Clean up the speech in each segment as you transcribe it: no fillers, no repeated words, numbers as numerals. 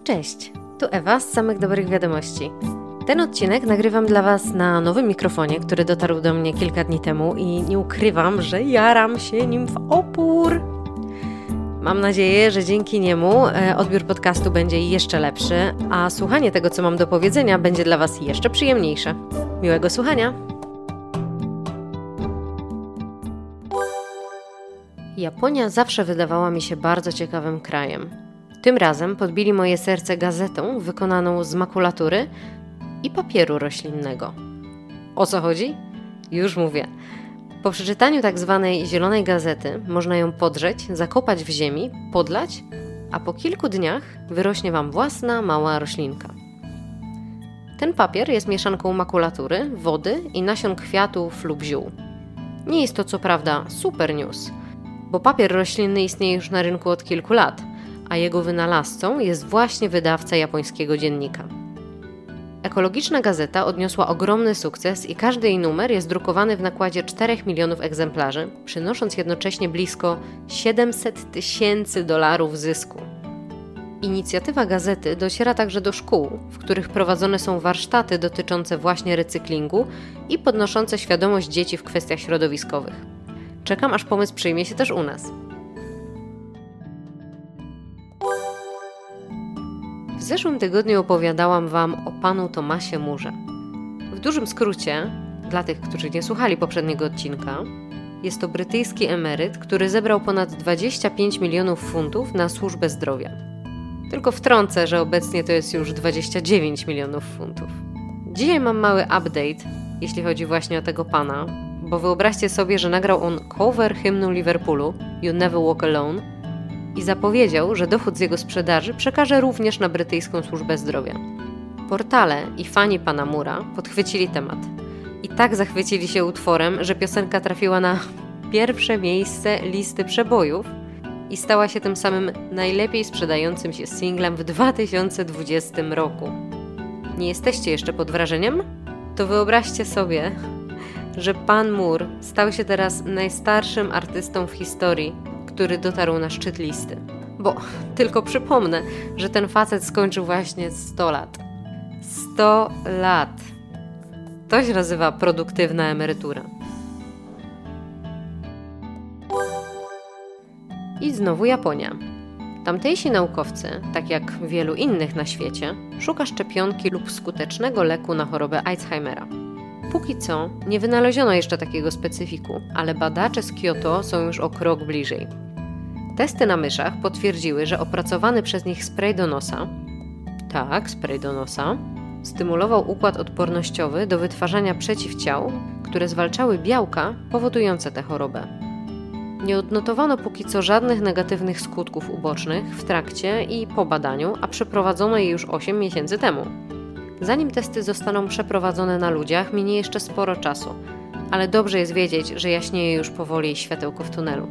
Cześć, tu Ewa z Samych Dobrych Wiadomości. Ten odcinek nagrywam dla Was na nowym mikrofonie, który dotarł do mnie kilka dni temu i nie ukrywam, że jaram się nim w opór. Mam nadzieję, że dzięki niemu odbiór podcastu będzie jeszcze lepszy, a słuchanie tego, co mam do powiedzenia, będzie dla Was jeszcze przyjemniejsze. Miłego słuchania! Japonia zawsze wydawała mi się bardzo ciekawym krajem. Tym razem podbili moje serce gazetą wykonaną z makulatury i papieru roślinnego. O co chodzi? Już mówię. Po przeczytaniu tak zwanej zielonej gazety można ją podrzeć, zakopać w ziemi, podlać, a po kilku dniach wyrośnie Wam własna mała roślinka. Ten papier jest mieszanką makulatury, wody i nasion kwiatów lub ziół. Nie jest to co prawda super news, bo papier roślinny istnieje już na rynku od kilku lat, a jego wynalazcą jest właśnie wydawca japońskiego dziennika. Ekologiczna gazeta odniosła ogromny sukces i każdy jej numer jest drukowany w nakładzie 4 milionów egzemplarzy, przynosząc jednocześnie blisko $700,000 zysku. Inicjatywa gazety dociera także do szkół, w których prowadzone są warsztaty dotyczące właśnie recyklingu i podnoszące świadomość dzieci w kwestiach środowiskowych. Czekam, aż pomysł przyjmie się też u nas. W zeszłym tygodniu opowiadałam Wam o panu Thomasie Moorze. W dużym skrócie, dla tych, którzy nie słuchali poprzedniego odcinka, jest to brytyjski emeryt, który zebrał ponad 25 milionów funtów na służbę zdrowia. Tylko wtrącę, że obecnie to jest już 29 milionów funtów. Dzisiaj mam mały update, jeśli chodzi właśnie o tego pana, bo wyobraźcie sobie, że nagrał on cover hymnu Liverpoolu You Never Walk Alone i zapowiedział, że dochód z jego sprzedaży przekaże również na brytyjską służbę zdrowia. Portale i fani pana Moora podchwycili temat i tak zachwycili się utworem, że piosenka trafiła na pierwsze miejsce listy przebojów i stała się tym samym najlepiej sprzedającym się singlem w 2020 roku. Nie jesteście jeszcze pod wrażeniem? To wyobraźcie sobie, że pan Moore stał się teraz najstarszym artystą w historii, który dotarł na szczyt listy. Bo tylko przypomnę, że ten facet skończył właśnie 100 lat. 100 lat. To się nazywa produktywna emerytura. I znowu Japonia. Tamtejsi naukowcy, tak jak wielu innych na świecie, szuka szczepionki lub skutecznego leku na chorobę Alzheimera. Póki co nie wynaleziono jeszcze takiego specyfiku, ale badacze z Kyoto są już o krok bliżej. Testy na myszach potwierdziły, że opracowany przez nich spray do nosa, spray do nosa, stymulował układ odpornościowy do wytwarzania przeciwciał, które zwalczały białka powodujące tę chorobę. Nie odnotowano póki co żadnych negatywnych skutków ubocznych w trakcie i po badaniu, a przeprowadzono je już 8 miesięcy temu. Zanim testy zostaną przeprowadzone na ludziach, minie jeszcze sporo czasu, ale dobrze jest wiedzieć, że jaśnieje już powoli światełko w tunelu.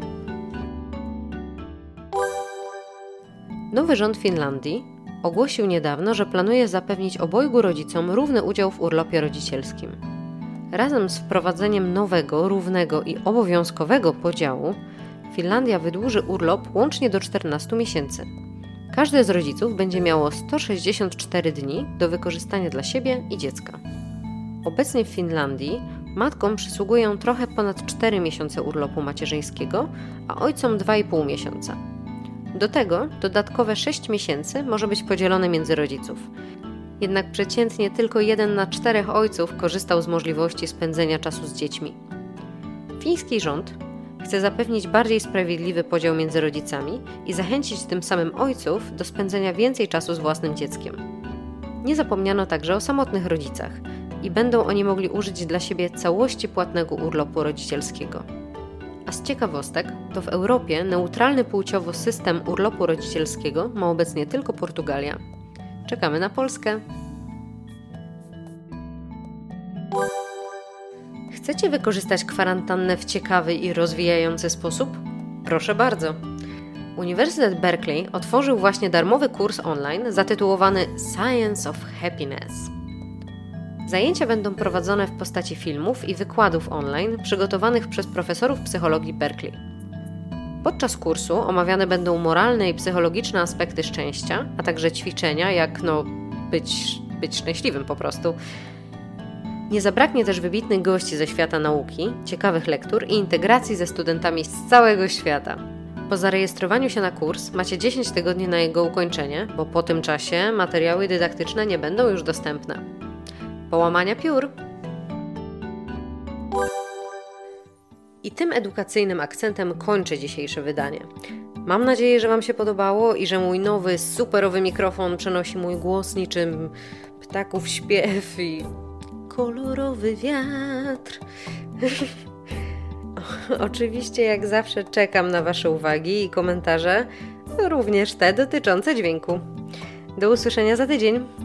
Nowy rząd Finlandii ogłosił niedawno, że planuje zapewnić obojgu rodzicom równy udział w urlopie rodzicielskim. Razem z wprowadzeniem nowego, równego i obowiązkowego podziału, Finlandia wydłuży urlop łącznie do 14 miesięcy. Każdy z rodziców będzie miało 164 dni do wykorzystania dla siebie i dziecka. Obecnie w Finlandii matkom przysługują trochę ponad 4 miesiące urlopu macierzyńskiego, a ojcom 2,5 miesiąca. Do tego dodatkowe 6 miesięcy może być podzielone między rodziców. Jednak przeciętnie tylko 1 na 4 ojców korzystał z możliwości spędzenia czasu z dziećmi. Fiński rząd chce zapewnić bardziej sprawiedliwy podział między rodzicami i zachęcić tym samym ojców do spędzenia więcej czasu z własnym dzieckiem. Nie zapomniano także o samotnych rodzicach i będą oni mogli użyć dla siebie całości płatnego urlopu rodzicielskiego. A z ciekawostek, to w Europie neutralny płciowo system urlopu rodzicielskiego ma obecnie tylko Portugalia. Czekamy na Polskę. Chcecie wykorzystać kwarantannę w ciekawy i rozwijający sposób? Proszę bardzo. Uniwersytet Berkeley otworzył właśnie darmowy kurs online zatytułowany Science of Happiness. Zajęcia będą prowadzone w postaci filmów i wykładów online przygotowanych przez profesorów psychologii Berkeley. Podczas kursu omawiane będą moralne i psychologiczne aspekty szczęścia, a także ćwiczenia, jak być szczęśliwym po prostu. Nie zabraknie też wybitnych gości ze świata nauki, ciekawych lektur i integracji ze studentami z całego świata. Po zarejestrowaniu się na kurs macie 10 tygodni na jego ukończenie, bo po tym czasie materiały dydaktyczne nie będą już dostępne. Połamania piór! I tym edukacyjnym akcentem kończę dzisiejsze wydanie. Mam nadzieję, że Wam się podobało i że mój nowy, superowy mikrofon przenosi mój głos niczym ptaków śpiew i kolorowy wiatr. Oczywiście, jak zawsze, czekam na Wasze uwagi i komentarze, również te dotyczące dźwięku. Do usłyszenia za tydzień.